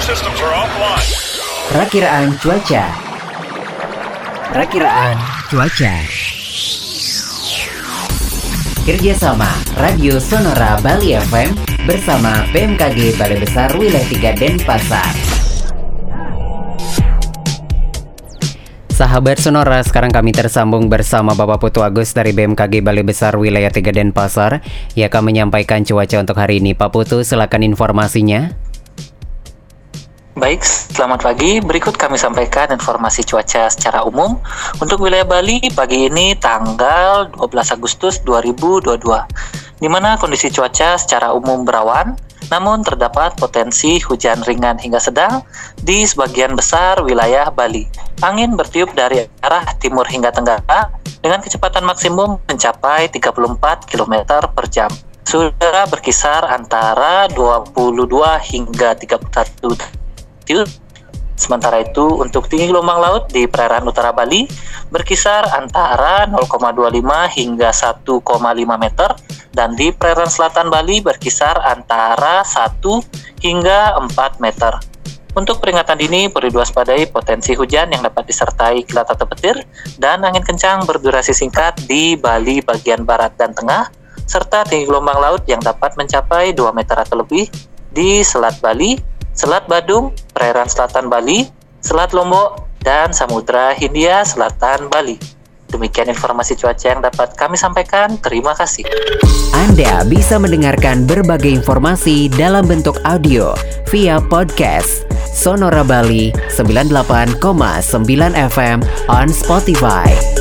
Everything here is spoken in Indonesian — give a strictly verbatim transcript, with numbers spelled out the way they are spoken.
Perakiraan cuaca. Perakiraan cuaca. Kerjasama Radio Sonora Bali F M bersama B M K G Balai Besar Wilayah tiga Denpasar. Sahabat Sonora, sekarang kami tersambung bersama Bapak Putu Agus dari B M K G Balai Besar Wilayah tiga Denpasar yang akan menyampaikan cuaca untuk hari ini. Pak Putu, silakan informasinya. Baik, selamat pagi. Berikut kami sampaikan informasi cuaca secara umum untuk wilayah Bali pagi ini tanggal dua belas Agustus dua ribu dua puluh dua, di mana kondisi cuaca secara umum berawan, namun terdapat potensi hujan ringan hingga sedang di sebagian besar wilayah Bali. Angin bertiup dari arah timur hingga tenggara dengan kecepatan maksimum mencapai tiga puluh empat kilometer per jam. Suhu udara berkisar antara dua puluh dua hingga tiga puluh satu. Sementara itu untuk tinggi gelombang laut di perairan utara Bali berkisar antara nol koma dua lima hingga satu koma lima meter dan di perairan selatan Bali berkisar antara satu hingga empat meter. Untuk peringatan dini perlu diwaspadai potensi hujan yang dapat disertai kilat atau petir dan angin kencang berdurasi singkat di Bali bagian barat dan tengah, serta tinggi gelombang laut yang dapat mencapai dua meter atau lebih di Selat Bali, Selat Badung, perairan selatan Bali, Selat Lombok, dan Samudra Hindia Selatan Bali. Demikian informasi cuaca yang dapat kami sampaikan. Terima kasih. Anda bisa mendengarkan berbagai informasi dalam bentuk audio via podcast Sonora Bali sembilan puluh delapan koma sembilan F M on Spotify.